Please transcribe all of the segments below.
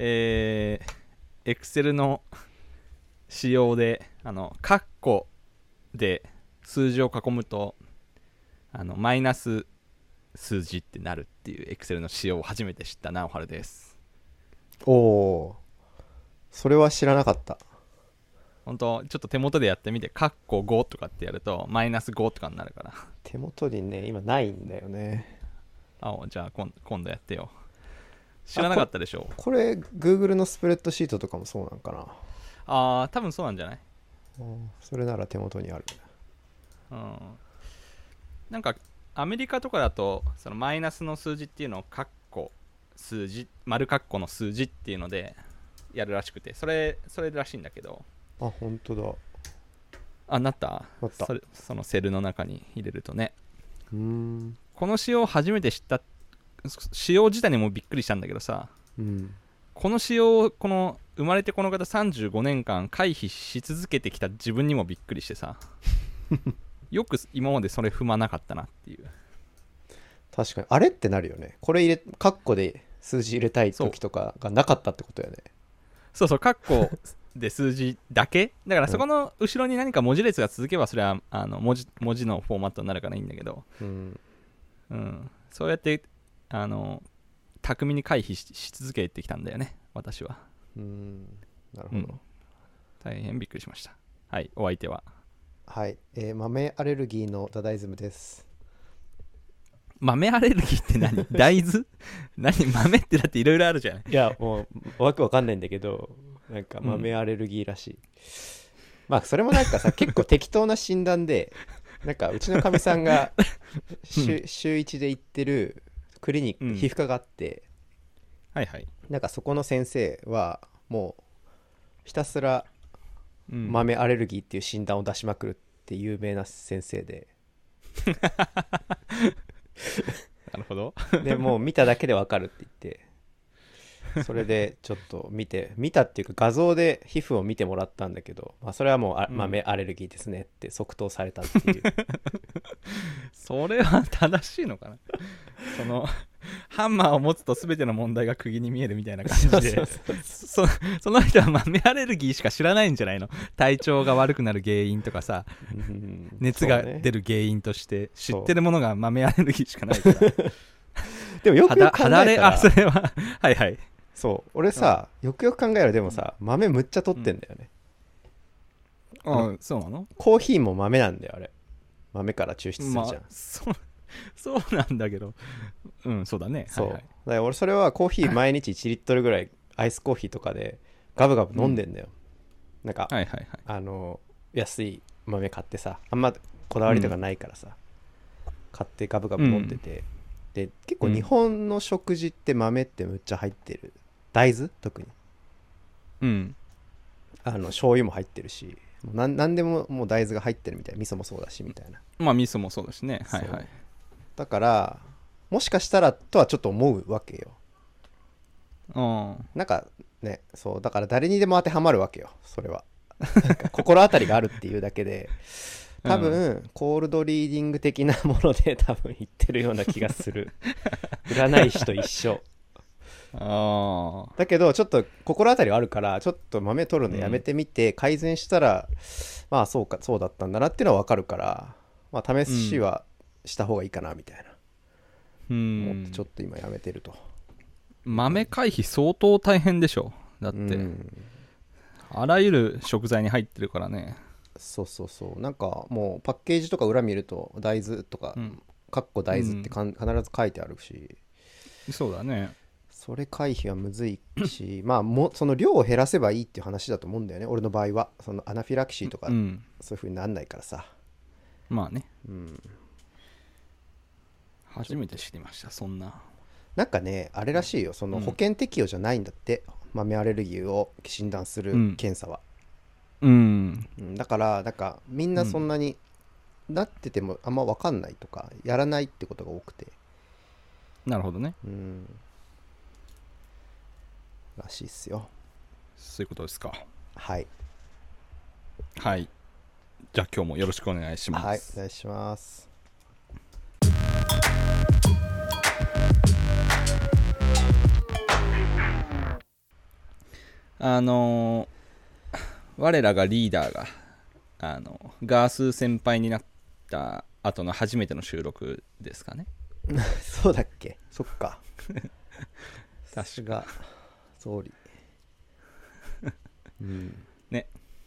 Excel の仕様でカッコで数字を囲むとマイナス数字ってなるっていう Excel の仕様を初めて知った直春です。 おお、それは知らなかった。 本当ちょっと手元でやってみて、カッコ5とかってやるとマイナス5とかになるから。 手元にね今ないんだよね。 じゃあ今度やってよ。知らなかったでしょ。 これ Google のスプレッドシートとかもそうなんかな。 多分そうなんじゃない？ それなら手元にある。 なんかアメリカとかだとそのマイナスの数字っていうのをカッコ数字丸カッコの数字っていうのでやるらしくて、それらしいんだけど。 本当だ。 なったそのセルの中に入れるとね。 この仕様初めて知った。仕様自体にもびっくりしたんだけどさ、この仕様を生まれてこの方35年間回避し続けてきた自分にもびっくりしてさよく今までそれ踏まなかったなっていう。 確かにあれってなるよね。これカッコで数字入れたい時とかがなかったってことよね。 そうカッコで数字だけだから、そこの後ろに何か文字列が続けばそれは文字のフォーマットになるからいいんだけど、そうやって巧みに回避 し続けてきたんだよね、私は。 なるほど、 大変びっくりしました。はい、お相手は豆アレルギーのダダイズムです。 豆アレルギーって何？大豆？豆ってだっていろいろあるじゃない。 いやもうわけわかんないんだけど、なんか豆アレルギーらしい、それもなんかさ結構適当な診断で、なんかうちのかみさんが週1で行ってるクリニック、皮膚科があって、なんかそこの先生はもうひたすら豆アレルギーっていう診断を出しまくるって有名な先生でなるほど。 でもう見ただけでわかるって言って、それでちょっと見たっていうか画像で皮膚を見てもらったんだけど、それはもう豆アレルギーですねって即答されたっていうそれは正しいのかな。そのハンマーを持つと全ての問題が釘に見えるみたいな感じで、その人は豆アレルギーしか知らないんじゃないの？体調が悪くなる原因とかさ、熱が出る原因として知ってるものが豆アレルギーしかないからでもよくよく考えたらそれはそう俺さ、よくよく考えるでもさ、豆むっちゃ取ってんだよね。 そうなの？ コーヒーも豆なんだよあれ。豆から抽出するじゃん。 そうなんだけど、そうだね。 そう、だから俺それはコーヒー毎日1リットルぐらいアイスコーヒーとかでガブガブ飲んでんだよ、なんか、安い豆買ってさ、あんまこだわりとかないからさ、買ってガブガブ飲んでて、で結構日本の食事って豆ってむっちゃ入ってる。大豆特に醤油も入ってるし、何でももう大豆が入ってるみたいな。味噌もそうだしみたいな。 味噌もそうだしね。 だからもしかしたらとはちょっと思うわけよ。なんかね、そうだから誰にでも当てはまるわけよそれは。なんか心当たりがあるっていうだけで多分、コールドリーディング的なもので多分言ってるような気がする。占い師と一緒。だけどちょっと心当たりはあるから、ちょっと豆取るのやめてみて、改善したらそうだったんだなっていうのは分かるから、試しはした方がいいかなみたいな、思ってちょっと今やめてると。 豆回避相当大変でしょ。だって、あらゆる食材に入ってるからね。 そうなんかもうパッケージとか裏見ると大豆とか、かっこ大豆って必ず書いてあるし、 そうだね。 それ回避はむずいしその量を減らせばいいっていう話だと思うんだよね、俺の場合は。そのアナフィラキシーとか、そういう風になんないからさ。 初めて知りました。そんななんかね、あれらしいよ、その保険適用じゃないんだって、豆アレルギーを診断する検査は。だからなんかみんなそんなになっててもあんま分かんないとか、やらないってことが多くて。 なるほどね。 らしいっすよ。 そういうことですか。 はい。 じゃあ今日もよろしくお願いします。 はい、お願いします。 我らがリーダーがガース先輩になった後の初めての収録ですかね。 そうだっけ。そっか。さす確が総理。 ね。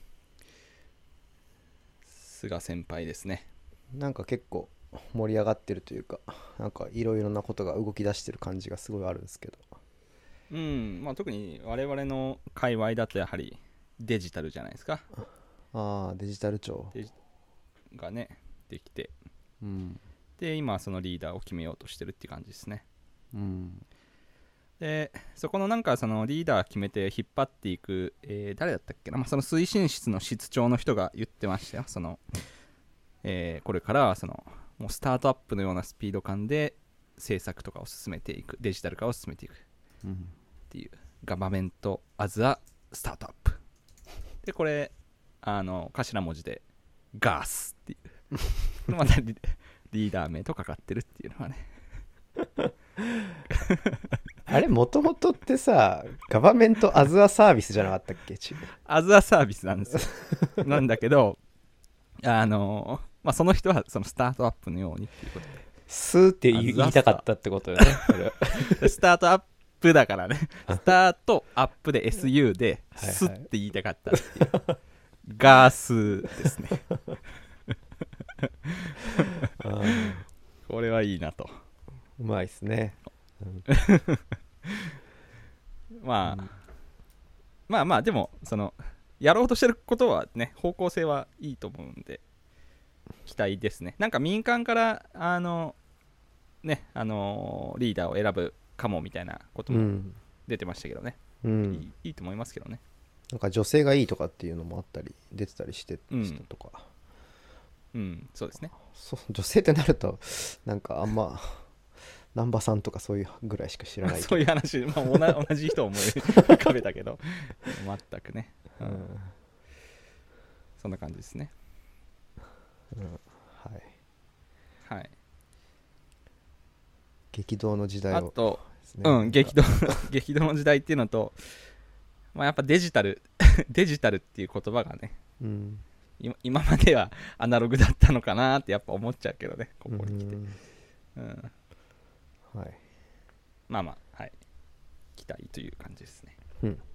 菅先輩ですね。 なんか結構盛り上がってるというか、なんかいろいろなことが動き出してる感じがすごいあるんですけど。 まあ特に我々の界隈だとやはりデジタルじゃないですか。 ああ、デジタル庁がねできて、 うんで今そのリーダーを決めようとしてるって感じですね。 うんでそこのなんかそのリーダー決めて引っ張っていく、誰だったっけな、まあ、その推進室の室長の人が言ってましたよ。その、これからはそのもうスタートアップのようなスピード感で政策とかを進めていく、デジタル化を進めていくっていう、ガバメントアズアスタートアップで、これ頭文字でガースっていうこれまたリーダー名とかかってるっていうのはねあれもともとってさ、ガバメントアズアサービスじゃなかったっけ。 アズアサービスなんですよなんだけどまあ、その人はそのスタートアップのようにっていうことスーって言いたかったってことよね。これはでスタートアップだからね、スタートアップで SU ではいはいスって言いたかったっていうガースですねこれはいいなと。 うまいっすね。 まあ、まあまあでもそのやろうとしてることはね、方向性はいいと思うんで期待ですね。なんか民間からねリーダーを選ぶかもみたいなことも出てましたけどね、いいと思いますけどね。 なんか女性がいいとかっていうのもあったり出てたりしてしたとか、 そうですね。 女性ってなるとなんかあんま南波さんとかそういうぐらいしか知らないけどそういう話、まあ、同じ人を思い浮かべたけど全くね、そんな感じですね。 はいはい。 激動の時代をあと、 ね、 激動の時代っていうのと、まあ、やっぱデジタルっていう言葉がね、今まではアナログだったのかなってやっぱ思っちゃうけどね、ここに来て、 はい、 まあまあ、はい、期待という感じですね。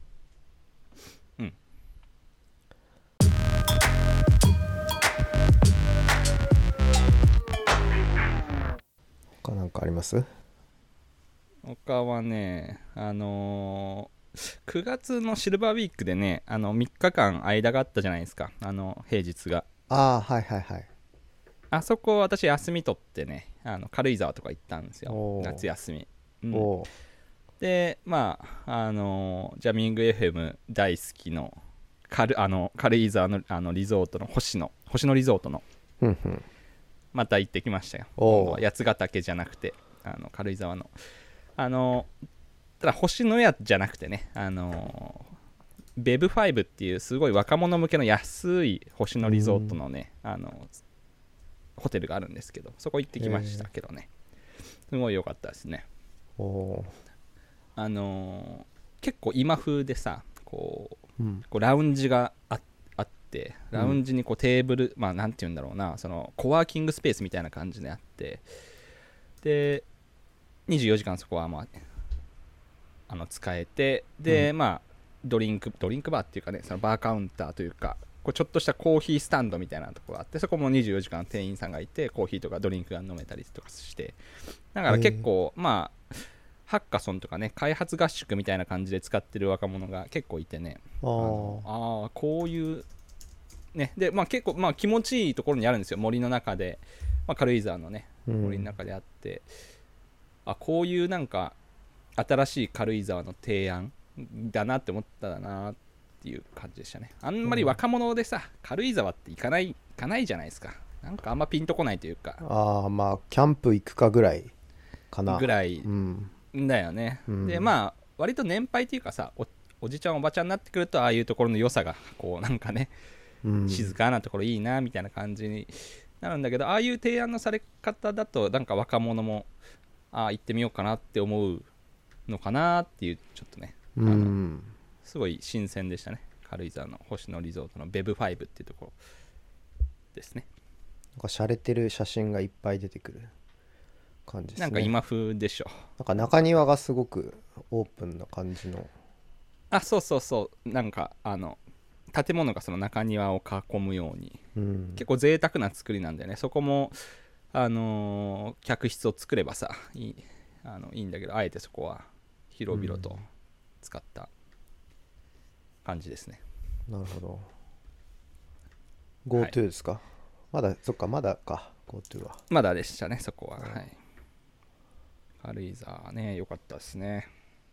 他なんかあります？ 他はね、9月のシルバーウィークでね、3日間間があったじゃないですか、平日が。 ああ、はいはいはい。 あそこ私休み取ってね、軽井沢とか行ったんですよ、夏休み。でまあジャミング FM 大好きの軽井沢のリゾートの星野リゾートのまた行ってきましたよ。今度は八ヶ岳じゃなくて軽井沢のただ星のやじゃなくてね、ベブ5っていうすごい若者向けの安い星野リゾートのね、ホテルがあるんですけど、そこ行ってきましたけどね、すごい良かったですね。結構今風でさ、こうラウンジがあって、ラウンジにこうテーブル、まあなんて言うんだろうな、そのコワーキングスペースみたいな感じであって、で24時間そこはまあ使えて、でまあドリンクバーっていうかね、そのバーカウンターというか、こうちょっとしたコーヒースタンドみたいなところがあって、そこも24時間店員さんがいて、コーヒーとかドリンクが飲めたりとかして、だから結構まあハッカソンとかね、開発合宿みたいな感じで使ってる若者が結構いてね、こういうね、でまあ結構まあ気持ちいいところにあるんですよ、森の中で、まあ、軽井沢のね森の中であって、こういうなんか新しい軽井沢の提案だなって思ったなっていう感じでしたね。あんまり若者でさ、軽井沢って行かないじゃないですか。なんかあんまピンとこないというか、 まあキャンプ行くかぐらいかなぐらいだよね。でまあ割と年配っていうかさ、おじちゃんおばちゃんになってくると、ああいうところの良さがこうなんかね、静かなところいいなみたいな感じになるんだけど、ああいう提案のされ方だとなんか若者も行ってみようかなって思うのかなっていう、ちょっとねすごい新鮮でしたね。軽井沢の星野リゾートのベブ5っていうところですね。 なんか洒落てる写真がいっぱい出てくる感じですね。 なんか今風でしょ。 なんか中庭がすごくオープンな感じの。 あ、そうそうそう、なんか建物がその中庭を囲むように、 うん、 結構贅沢な作りなんだよね。そこも客室を作ればさいいんだけど、あえてそこは広々と使った感じですね。 なるほど。 GoTo ですか？まだそっか、まだか GoTo は。 まだでしたね、そこは。はい。軽井沢ね、良かったですね。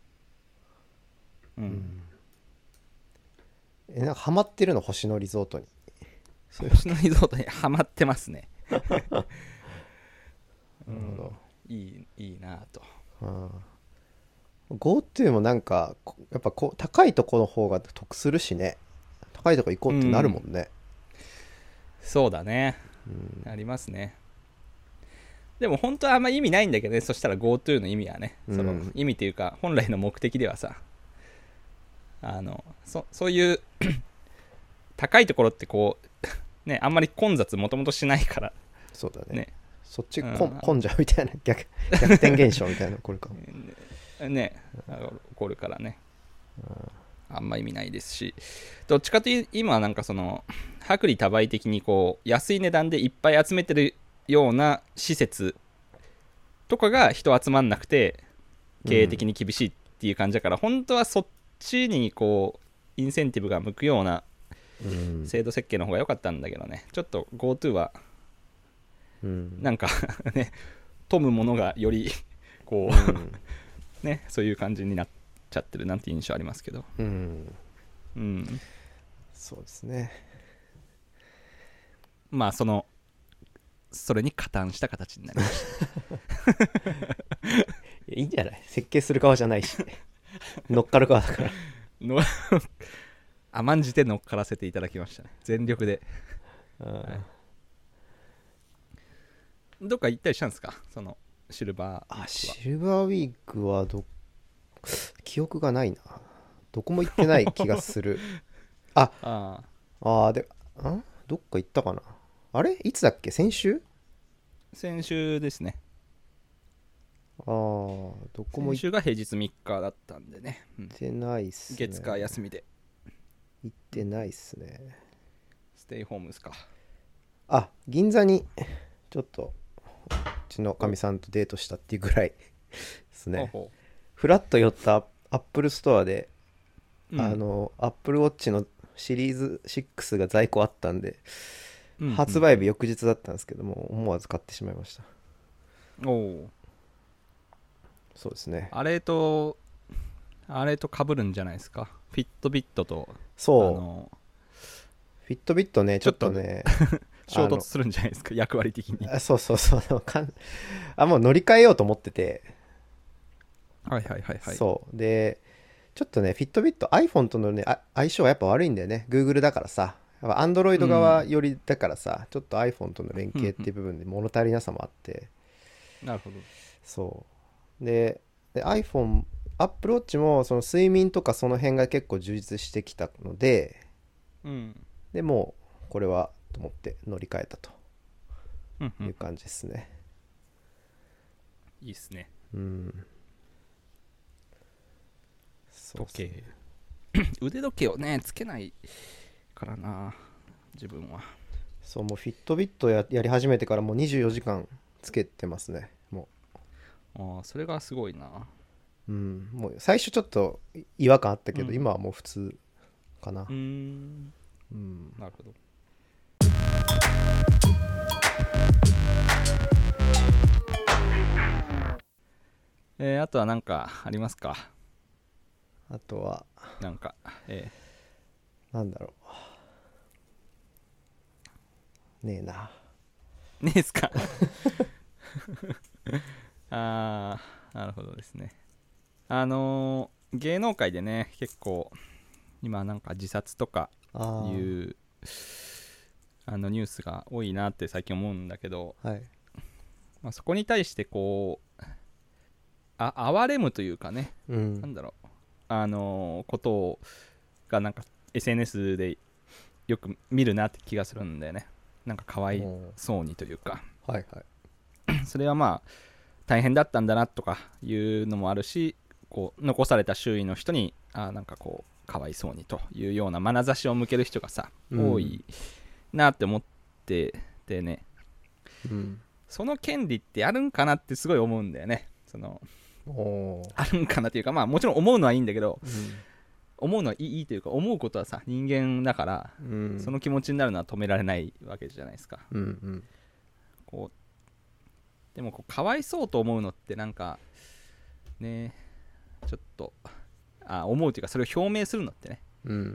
なんかハマってるの、星野リゾートに。 星野リゾートにハマってますね。 なるほど。 いいなぁと。 GoTo もなんかやっぱ高いとこの方が得するしね。高いとこ行こうってなるもんね。 そうだね、ありますね。でも本当はあんま意味ないんだけどね。そしたら GoTo の意味はね、その意味というか本来の目的ではさ、そういう高いところってこうね、あんまり混雑もともとしないから。 そうだ ね。そっちうん混んじゃうみたいな逆転現象みたいなこれかもね、起こるからね、あんま意味ないですし、どっちかというと今はなんかその薄利多売的にこう安い値段でいっぱい集めてるような施設とかが人集まんなくて経営的に厳しいっていう感じだから、本当はそっちにこうインセンティブが向くような制度設計の方が良かったんだけどね。ちょっと GoTo はなんかね、富むものがよりこうね、そういう感じになっちゃってるなんて印象ありますけど。 そうですね。 まあそれに加担した形になりましたいいんじゃない？設計する側じゃないし乗っかる側だからの甘んじて乗っからせていただきましたね、全力で。どっか行ったりしたんですか、そのシルバーウィークは。 シルバーウィークは記憶がないな。どこも行ってない気がするでどっか行ったかな。あれいつだっけ？先週ですね。 どこも先週が平日3日だったんでね、 行ってないっすね。 月火休みで行ってないっすね。 ステイホームですか。 銀座にちょっとうちのかみさんとデートしたっていうぐらいですね。フラッと寄ったアップルストアで、アップルウォッチのシリーズ6が在庫あったんで、発売日翌日だったんですけども、思わず買ってしまいました。そうですね。 あれと被るんじゃないですか、フィットビットと。 そうフィットビットね、ちょっとね衝突するんじゃないですか、役割的に。 もう乗り換えようと思ってて。そうで、ちょっとねフィットビット iPhone とのね相性はやっぱ悪いんだよね。 Google だからさ、やっぱ Android 側よりだからさ、ちょっと iPhone との連携っていう部分で物足りなさもあって、 なるほど。 そうで iPhone Apple Watch もその睡眠とかその辺が結構充実してきたので、でもうこれはと思って乗り換えたという感じですね。 いいっすね。時計腕時計をねつけないからな、自分は。 そう、もうフィットビットやり始めてからもう24時間つけてますね。もうそれがすごいな。 もう最初ちょっと違和感あったけど、今はもう普通かな。 なるほど。あとは何かありますか？ あとはなんか、 なんだろう、ねえな。 ねえっすかなるほどですね。芸能界でね、結構今なんか自殺とかいうニュースが多いなって最近思うんだけど、そこに対してこう哀れむというかね、なんだろう、 ことがなんか SNS でよく見るなって気がするんだよね。なんかかわいそうにというか、 はいはい。 それはまあ大変だったんだなとかいうのもあるし、こう残された周囲の人になんかこうかわいそうにというような眼差しを向ける人がさ、多いなって思っててね、その権利ってあるんかなってすごい思うんだよね。そのあるんかなっていうか、まあもちろん思うのはいいんだけど、思うのはいいというか、思うことはさ人間だから、その気持ちになるのは止められないわけじゃないですか。こうでもこうかわいそうと思うのってなんかね、ちょっと思うというか、それを表明するのってね、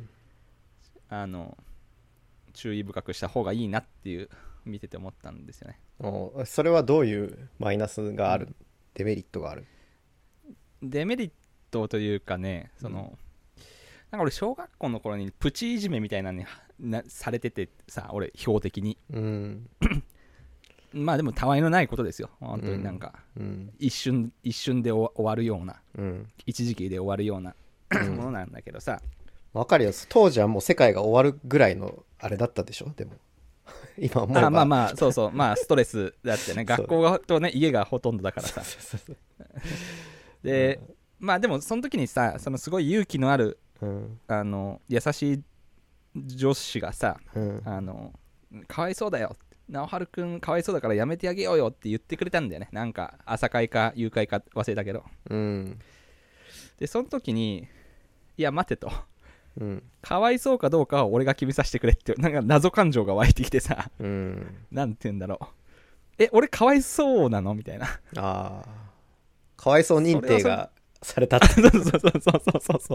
注意深くした方がいいなっていう見てて思ったんですよね。 それはどういうマイナスがある、デメリットがある？ デメリットというかね、なんか俺小学校の頃にプチいじめみたいなのにされててさ、俺標的に、まあでもたわいのないことですよ本当に。なんか、一瞬で終わるような、一時期で終わるようなものなんだけどさ、 わかるよ。当時はもう世界が終わるぐらいのあれだったでしょ。でも今思えばまあそうそう、まあストレスだってね学校とね家がほとんどだからさで、まあでもその時にさ、そのすごい勇気のある、優しい上司がさ、かわいそうだよ、直春くんかわいそうだからやめてあげようよって言ってくれたんだよね。なんか朝会か夕会か忘れたけど、でその時にいや待てと、かわいそうかどうかは俺が決めさせてくれって、なんか謎感情が湧いてきてさ、なんて言うんだろう、俺かわいそうなのみたいな、 かわいそう認定がされたってそう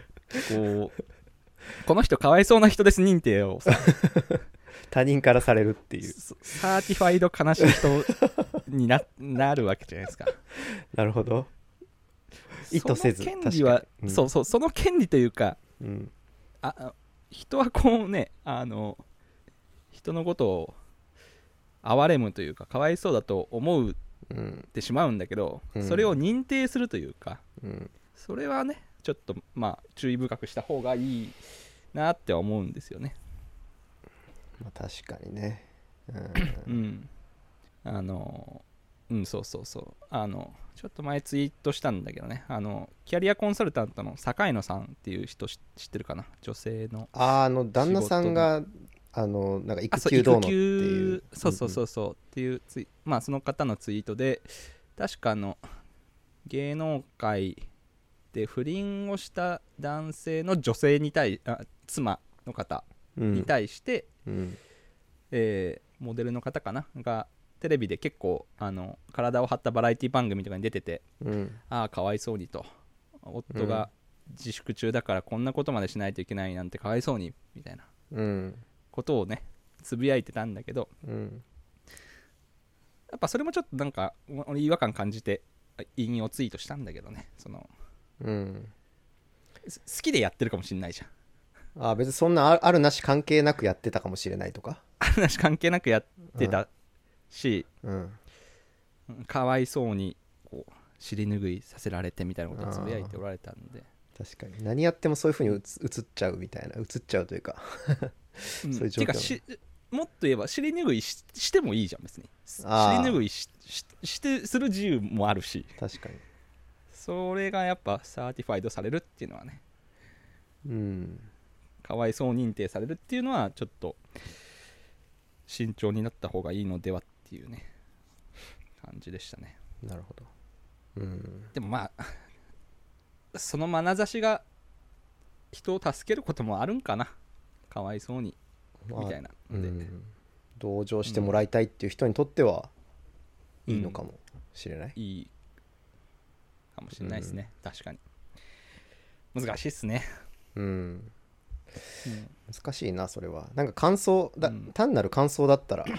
この人かわいそうな人です認定をさ他人からされるっていう、 サーティファイド悲しい人に なるわけじゃないですか。なるほど。意図せず、 その権利は、その権利というか、人はこうね、人のことを憐れむというか、かわいそうだと思ってしまうんだけど、それを認定するというか、それはねちょっとまあ注意深くした方がいいなって思うんですよね。 確かにね。 そうそうそう、ちょっと前ツイートしたんだけどね、キャリアコンサルタントの坂井野さんっていう人知ってるかな、女性の旦那さんがなんか育休どうのっていう、 そうっていうまあその方のツイートで、確か芸能界で不倫をした男性の女性に妻の方に対して、モデルの方かながテレビで結構体を張ったバラエティ番組とかに出てて、かわいそうにと、夫が自粛中だからこんなことまでしないといけないなんてかわいそうにみたいなことをねつぶやいてたんだけど、やっぱそれもちょっとなんか俺違和感感じて引用ツイートしたんだけどね、好きでやってるかもしれないじゃん。 別にそんなあるなし関係なくやってたかもしれないとか、 あるなし関係なくやってたし、かわいそうにこう尻拭いさせられてみたいなことをつぶやいておられたんで、 確かに何やってもそういう風に映っちゃうみたいな、映っちゃうというかそういう状況。 てかもっと言えば尻拭い してもいいじゃん別に。尻拭いする自由もあるし、 確かにそれがやっぱサーティファイドされるっていうのはね、かわいそう認定されるっていうのはちょっと慎重になった方がいいのではっていうね感じでしたね。 なるほど。 でもまあその眼差しが人を助けることもあるんかな、かわいそうにみたいなので、 同情してもらいたいっていう人にとってはいいのかもしれない、 いいかもしれないですね、確かに難しいっすね。難しいなそれは。なんか感想単なる感想だったら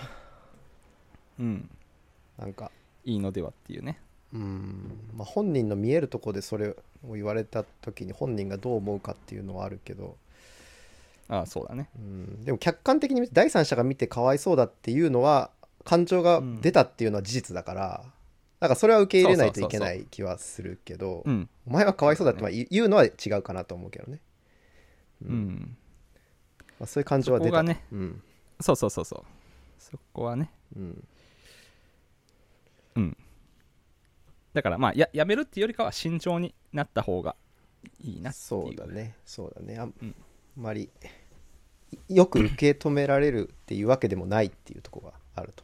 なんかいいのではっていうね。 本人の見えるところでそれを言われた時に本人がどう思うかっていうのはあるけど、 そうだね。 でも客観的に第三者が見てかわいそうだっていうのは感情が出たっていうのは事実だから、 だからそれは受け入れないといけない気はするけど、 うんお前はかわいそうだってまあ言うのは違うかなと思うけどね。 うんまあ、そういう感情は出た。 そこがね、 うんそうそこはね、 うんだからまあやめるっていうよりかは慎重になった方がいいなっていう。 そうだねそうだねあんうんまりよく受け止められるっていうわけでもないっていうところがあると。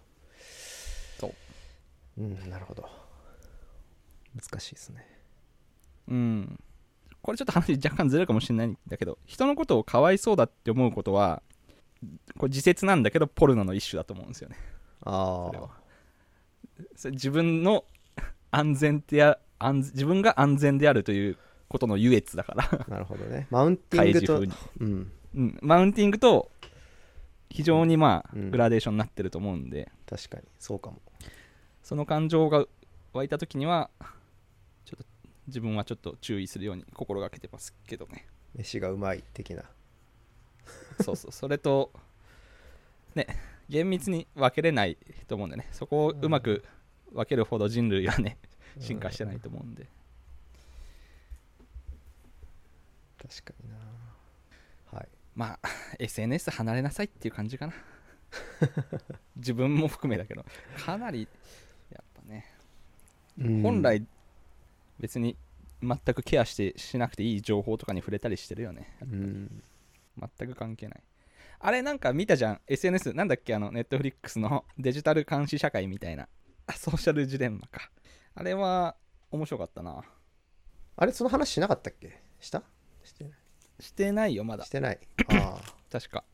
そうなるほど。難しいですね。 これちょっと話若干ずれるかもしれないんだけど、人のことをかわいそうだって思うことはこれ自説なんだけどポルノの一種だと思うんですよね。 あそれ自分の自分が安全であるということの優越だからあなるほどね。マウンティングと開示風にマウンティングと非常にまあ、グラデーションになってると思うんで、 確かにそうかも。 その感情が湧いた時にはちょっと自分はちょっと注意するように心がけてますけどね。 飯がうまい的な。 そうそれとね厳密に分けれないと思うんでね、そこをうまく分けるほど人類はね進化してないと思うんで、 確かにな。はい。 まあ SNS 離れなさいっていう感じかな自分も含めだけど、かなりやっぱね、本来別に全くケアしなくていい情報とかに触れたりしてるよね。全く関係ない。あれなんか見たじゃん SNS なんだっけ、ネットフリックスのデジタル監視社会みたいな、ソーシャルジレンマか、あれは面白かったな。 あれその話しなかったっけ？ してないよまだ。 してない。ああ確か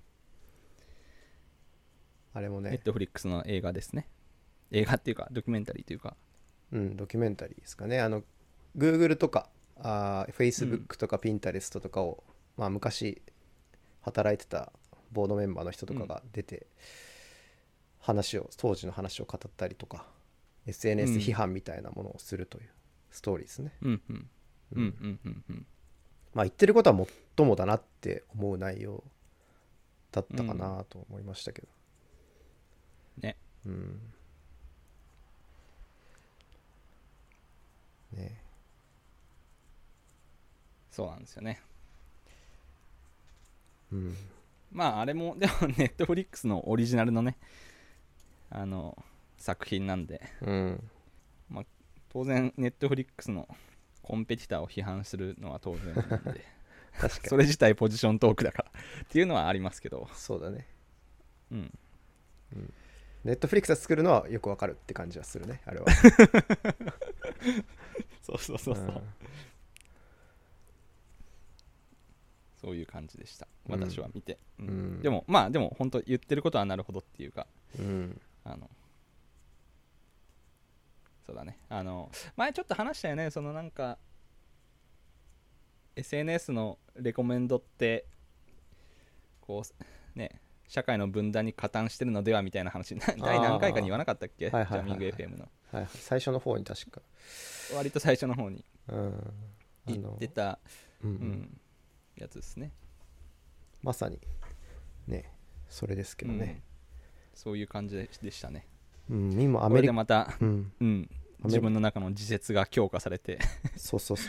あれもねネットフリックスの映画ですね。映画っていうかドキュメンタリーというか、 ドキュメンタリーですかね。Google とかFacebook とか Pinterest とかを、まあ、昔働いてたボードメンバーの人とかが出て、当時の話を語ったりとか SNS 批判みたいなものをするというストーリーですね。まあ言ってることはもっともだなって思う内容だったかなと思いましたけどね。 ね。 そうなんですよね。まああれもでもネットフリックスのオリジナルのね作品なんで、まあ、当然ネットフリックスのコンペティターを批判するのは当然なんで確かにそれ自体ポジショントークだからっていうのはありますけど、 そうだね。ネットフリックスが作るのはよくわかるって感じはするね、あれは。 そう、そういう感じでした私は見て、でも本当言ってることはなるほどっていうか、そうだね、前ちょっと話したよね、そのなんか SNS のレコメンドってこうね社会の分断に加担してるのではみたいな話第何回かに言わなかったっけ、ジャミング FM の、 最初の方に確か割と最初の方に言ってた、やつですね。 まさにねそれですけどね、 そういう感じでしたね。 今アメリカこれでまた、自分の中の自説が強化されてそうし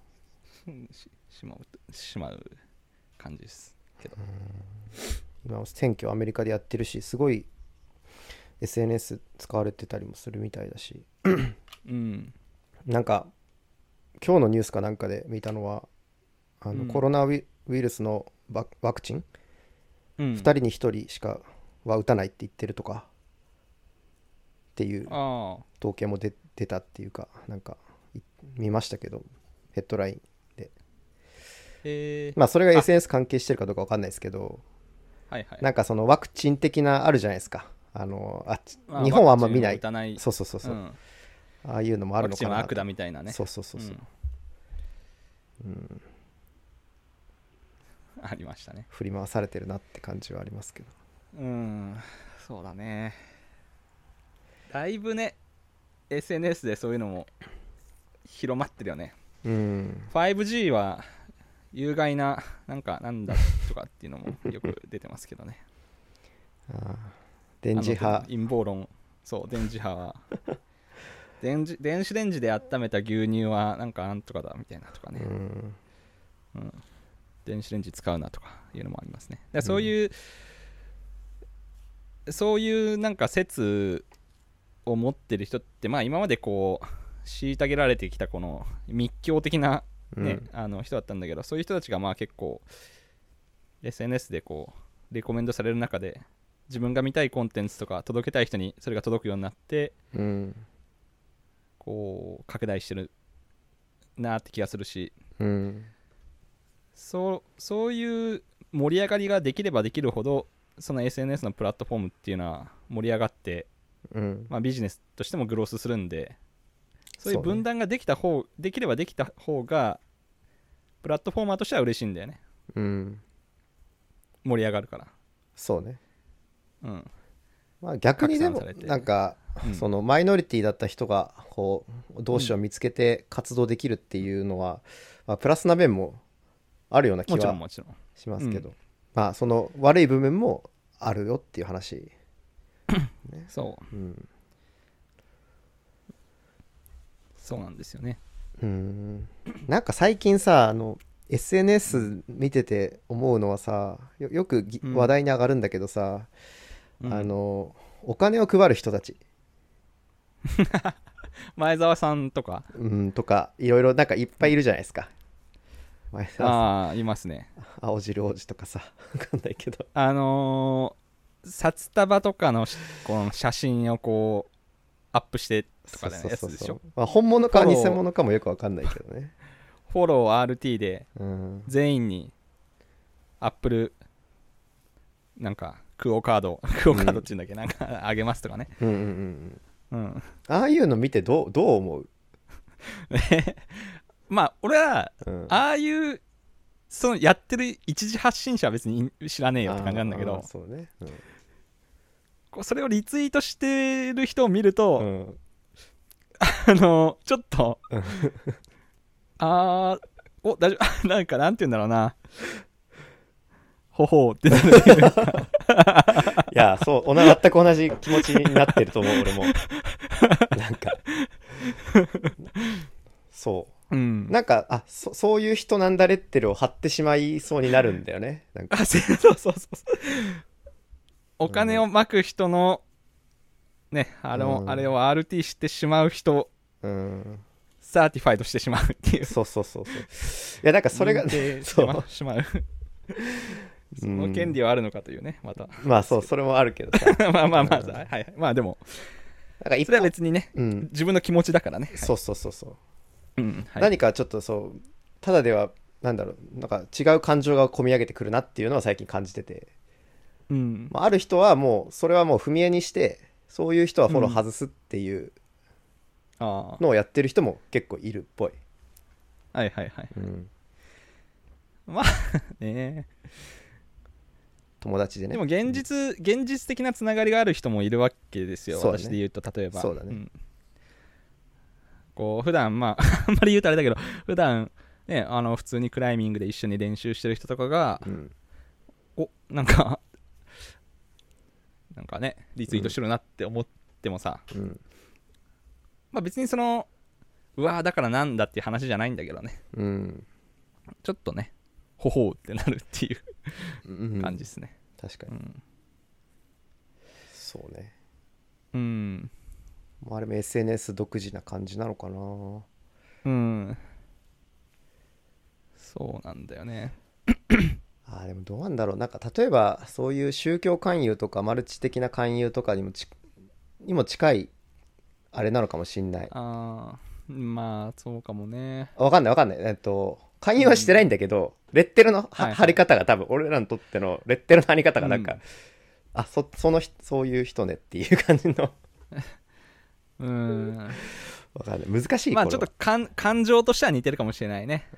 まう感じですけど、 今選挙アメリカでやってるし、すごい SNS 使われてたりもするみたいだしなんか今日のニュースかなんかで見たのはコロナウイルスのワクチン、2人に1人しかは打たないって言ってるとかっていう統計も出たっていうか、なんか見ましたけどヘッドラインで、まあそれが SNS 関係してるかどうか分かんないですけど、なんかそのワクチン的なあるじゃないですか、日本はあんま見ない、そう、ああいうのもあるのかな、 ワクチンは悪だみたいなね、 そうありましたね。 振り回されてるなって感じはありますけど、 そうだね、だいぶね SNS でそういうのも広まってるよね。5G は有害ななんだとかっていうのもよく出てますけどね。電磁波陰謀論、そう電磁波電子レンジで温めた牛乳はなんかなんとかだみたいなとかね、うん、電子レンジ使うなとかいうのもありますね。だからそういうなんか説を持ってる人って、まあ今までこう虐げられてきたこの密教的な、ね、人だったんだけど、そういう人たちがまあ結構 SNS でこうレコメンドされる中で、自分が見たいコンテンツとか届けたい人にそれが届くようになって、こう拡大してるなって気がするし、そういう盛り上がりができればできるほど、その SNS のプラットフォームっていうのは盛り上がって、まあ、ビジネスとしてもグロースするんで、そういう分断ができればできた方がプラットフォーマーとしては嬉しいんだよね。盛り上がるから。 そうね。まあ、逆にでもなんか、そのマイノリティだった人がこう同志を見つけて活動できるっていうのは、まあ、プラスな面もあるような気はしますけど、まあその悪い部分もあるよっていう話、 ね、そう、そうなんですよね。 なんか最近さSNS 見てて思うのはさ、よく話題に上がるんだけどさ、お金を配る人たち前澤さんとかとかいろいろなんかいっぱいいるじゃないですか。前澤さん、 いますね。 青汁王子とかさ、分かんないけど札束とかのこの写真をこうアップしてとかのやつでしょ。 まあ、本物か偽物かもよく分かんないけどね。 フォロー RT で全員にアップルなんかクオカードっていうんだっけ、なんかあげますとかね。ああいうの見てどう思う？まあ俺は、ああいうそのやってる一時発信者は別に知らねえよって感じなんだけど、 そうね、 それをリツイートしてる人を見ると、ちょっと大丈夫なんかなんて言うんだろうな、ほほーってなるいや、そう全く同じ気持ちになってると思う俺も。なんかそう、なんかそういう人なんだレッテルを貼ってしまいそうになるんだよね。なんかそうお金をまく人のね、あれを RT してしまう人、サーティファイドしてしまうっていう。 そういやなんかそれがしまうその権利はあるのかというね、また。 まあそれもあるけどさ。 まあはい、まあでもそれは別にね、自分の気持ちだからね。 そう、何かちょっとただではなんだろう、なんか違う感情が込み上げてくるなっていうのは最近感じてて、ある人はもうそれはもう踏み絵にして、そういう人はフォロー外すっていうのをやってる人も結構いるっぽい。 はい、まあね、 友達でね。 でも現実的なつながりがある人もいるわけですよ。私で言うと、例えばそうだね、 こう普段まああんまり言うとあれだけど、普段ね、普通にクライミングで一緒に練習してる人とかが、なんかねリツイートしてるなって思ってもさ、まあ別にうわーだからなんだっていう話じゃないんだけどね、ちょっとねほほうってなるっていう感じですね。 確かに、そうね。あれも SNS 独自な感じなのかな。 そうなんだよね。 でもどうなんだろう。なんか例えばそういう宗教勧誘とかマルチ的な勧誘とかにも近いあれなのかもしんない。 まあそうかもね。 わかんない。勧誘はしてないんだけど、レッテルの貼り方が多分俺らにとってのレッテルの貼り方がなんか、そういう人ねっていう感じのわかんない、難しい。 まあちょっと感情としては似てるかもしれないね。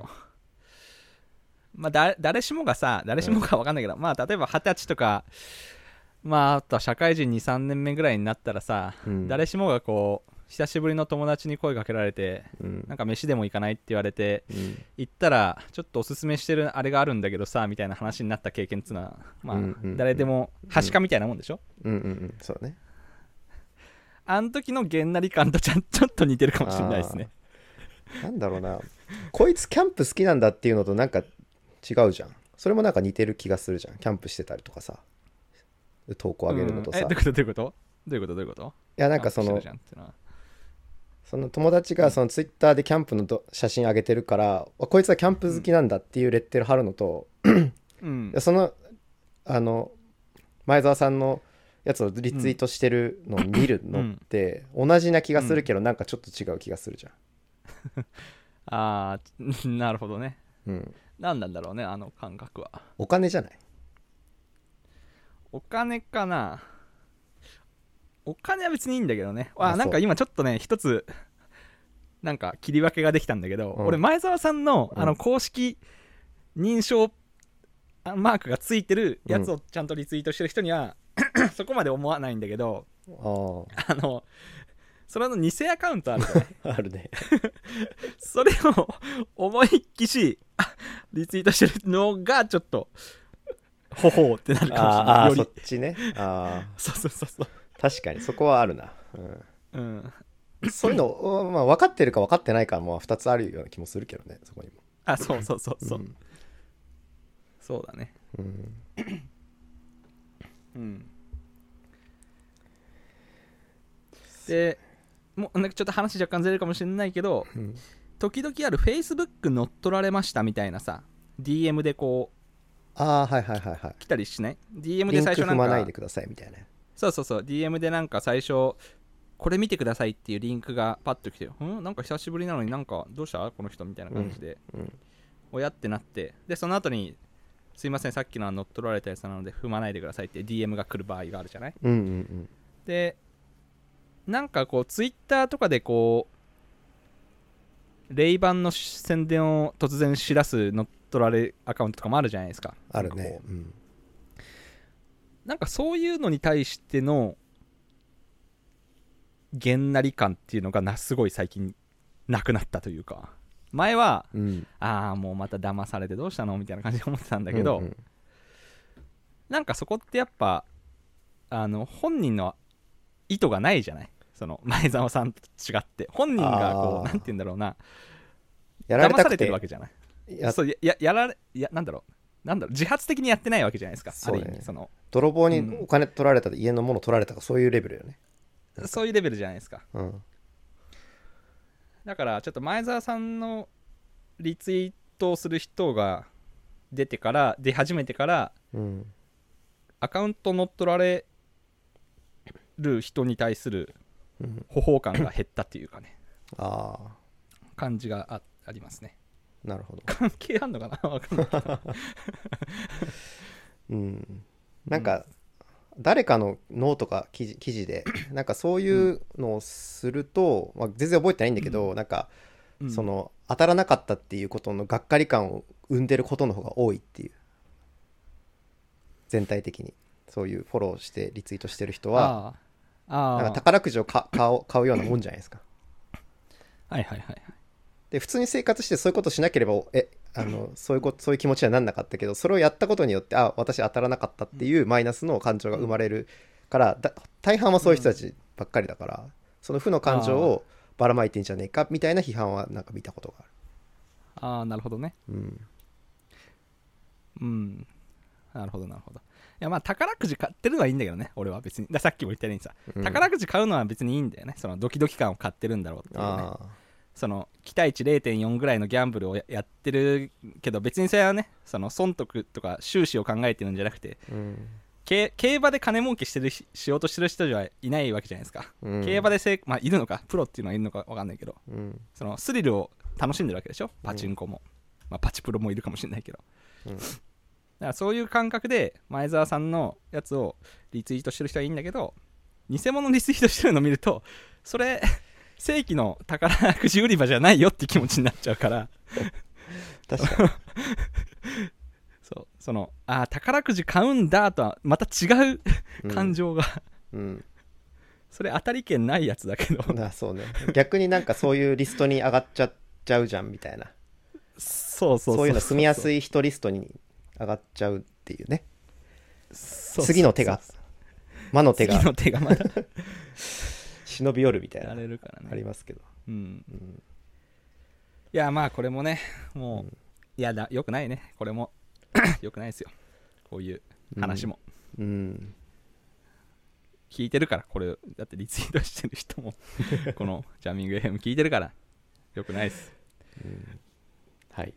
まあ誰しもが分かんないけど、まあ例えば20歳とか、まああとは社会人 2,3 年目ぐらいになったらさ、誰しもがこう久しぶりの友達に声かけられて、なんか飯でも行かないって言われて、行ったらちょっとおすすめしてるあれがあるんだけどさみたいな話になった経験っていうのは、まあ誰でもはしかみたいなもんでしょ。 そうね。 あの時のげんなり感とちょっと似てるかもしれないですね。 なんだろうな、こいつキャンプ好きなんだっていうのとなんか違うじゃん。それもなんか似てる気がするじゃん。キャンプしてたりとかさ、投稿上げるのとさ、 どういうこといやなんかそのキャンプしてるじゃんってのはその友達がそのツイッターでキャンプの写真上げてるから、こいつはキャンプ好きなんだっていうレッテル貼るのと、その前澤さんのやつをリツイートしてるのを見るのって同じな気がするけど、なんかちょっと違う気がするじゃん。 ああ、なるほどね。 うん何なんだろうね、あの感覚は。 お金じゃない？ お金かな。お金は別にいいんだけどね。 あなんか今ちょっとね、一つなんか切り分けができたんだけど、俺前澤さんの公式認証マークがついてるやつをちゃんとリツイートしてる人にはそこまで思わないんだけど、それの偽アカウントあるじゃないあるねそれを思いっきしリツイートしてるのがちょっとほほうってなるかもしれない。よりそっちね。 そう確かにそこはあるな。そういうの、まあ、分かってるか分かってないかも2つあるような気もするけどね、そこにも。 そう、そうだね。でもうなんかちょっと話若干ずれるかもしれないけど、時々ある Facebook 乗っ取られましたみたいなさ DM でこう来たりしない？ DM で最初なんかリンク踏まないでくださいみたいな。 そう DM でなんか最初これ見てくださいっていうリンクがパッと来て、なんか久しぶりなのになんかどうしたこの人みたいな感じで、おやってなって、でその後にすいませんさっきのは乗っ取られたやつなので踏まないでくださいって DM が来る場合があるじゃない？でなんかこうツイッターとかでこうレイバンの宣伝を突然しらす乗っ取られアカウントとかもあるじゃないですか。 あるね。 なんかそういうのに対してのげんなり感っていうのがすごい最近なくなったというか、前は、もうまた騙されてどうしたのみたいな感じで思ってたんだけど、なんかそこってやっぱ本人の意図がないじゃない。その前澤さんと違って本人がこうなんて言うんだろうな、騙されてるわけじゃない。なんだろう自発的にやってないわけじゃないですか。 そうね、 ある意味その泥棒にお金取られた、家のもの取られたか、そういうレベルよね。 そういうレベルじゃないですか。だからちょっと前澤さんのリツイートをする人が出始めてから、アカウント乗っ取られる人に対する歩報感が減ったっていうかね、感じが ありますね。 なるほど。 関係あんのかな、分かんないけどなんか誰かのノートか記事でなんかそういうのをすると、全然覚えてないんだけど、なんかその当たらなかったっていうことのがっかり感を生んでることの方が多いっていう、全体的にそういうフォローしてリツイートしてる人はなんか宝くじを買うようなもんじゃないですか。で普通に生活してそういうことしなければそういう気持ちにはなんなかったけど、それをやったことによって私当たらなかったっていうマイナスの感情が生まれるから、大半はそういう人たちばっかりだから、その負の感情をばらまいてんじゃねえかみたいな批判はなんか見たことがある。 なるほどね。なるほど。いや宝くじ買ってるのはいいんだけどね、俺は別に。さっきも言ったようにさ、宝くじ買うのは別にいいんだよね。そのドキドキ感を買ってるんだろうっていうね。その期待値 0.4 ぐらいのギャンブルを やってるけど、別にそれはね、その損得とか収支を考えてるんじゃなくて、競馬で金儲けしようとしてる人じゃいないわけじゃないですか。競馬でいるのか、プロっていうのはいるのか分かんないけど、そのスリルを楽しんでるわけでしょ。パチンコも、パチプロもいるかもしれないけど、だからそういう感覚で前澤さんのやつをリツイートしてる人はいいんだけど、偽物リツイートしてるのを見ると、それ正規の宝くじ売り場じゃないよって気持ちになっちゃうから確かにその宝くじ買うんだとはまた違う感情が、それ当たり券ないやつだけどそうね、逆になんかそういうリストに上がっちゃうじゃんみたいな、そういうの住みやすい人リストに上がっちゃうっていうね。次の手が魔の手がまだ忍び寄るみたいなやれるからねありますけど、 うんうん、 いやまあこれもねもう、いやだよくないねこれもよくないですよこういう話も、 うん、 聞いてるからこれだってリツイートしてる人もこのジャミング FM 聞いてるからよくないです、 うん、はい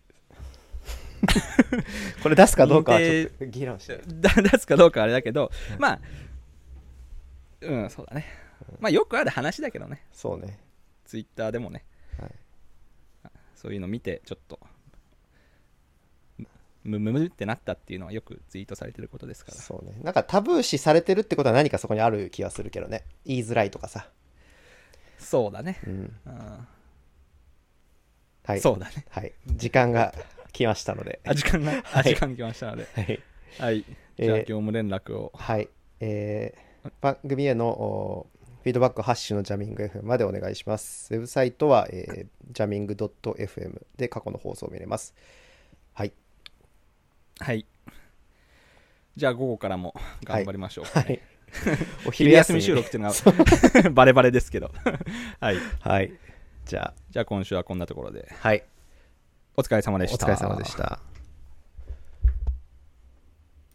これ出すかどうかはちょっと議論して出すかどうかはあれだけどまあうんそうだね、まあよくある話だけどねそうねツイッターでもね、 はい、 そういうの見てちょっとムムムってなったっていうのはよくツイートされてることですから。 そうね、なんかタブー視されてるってことは何かそこにある気がするけどね、言いづらいとかさ。 そうだね、 うんはい、 そうだね、はい、時間が来ましたので時間が、はい、時間来ましたので、 はいはい、じゃあ業務連絡を、 はい、番組へのフィードバックハッシュのジャミング FM までお願いします。ウェブサイトは、jamming.fm で過去の放送を見れます。はいはい、じゃあ午後からも頑張りましょう、ね、 はい、 お昼休み収録っていうのはバレバレですけどはい、 はい、じゃあ今週はこんなところで、 はい、 お疲れ様でした。 お疲れ様でした。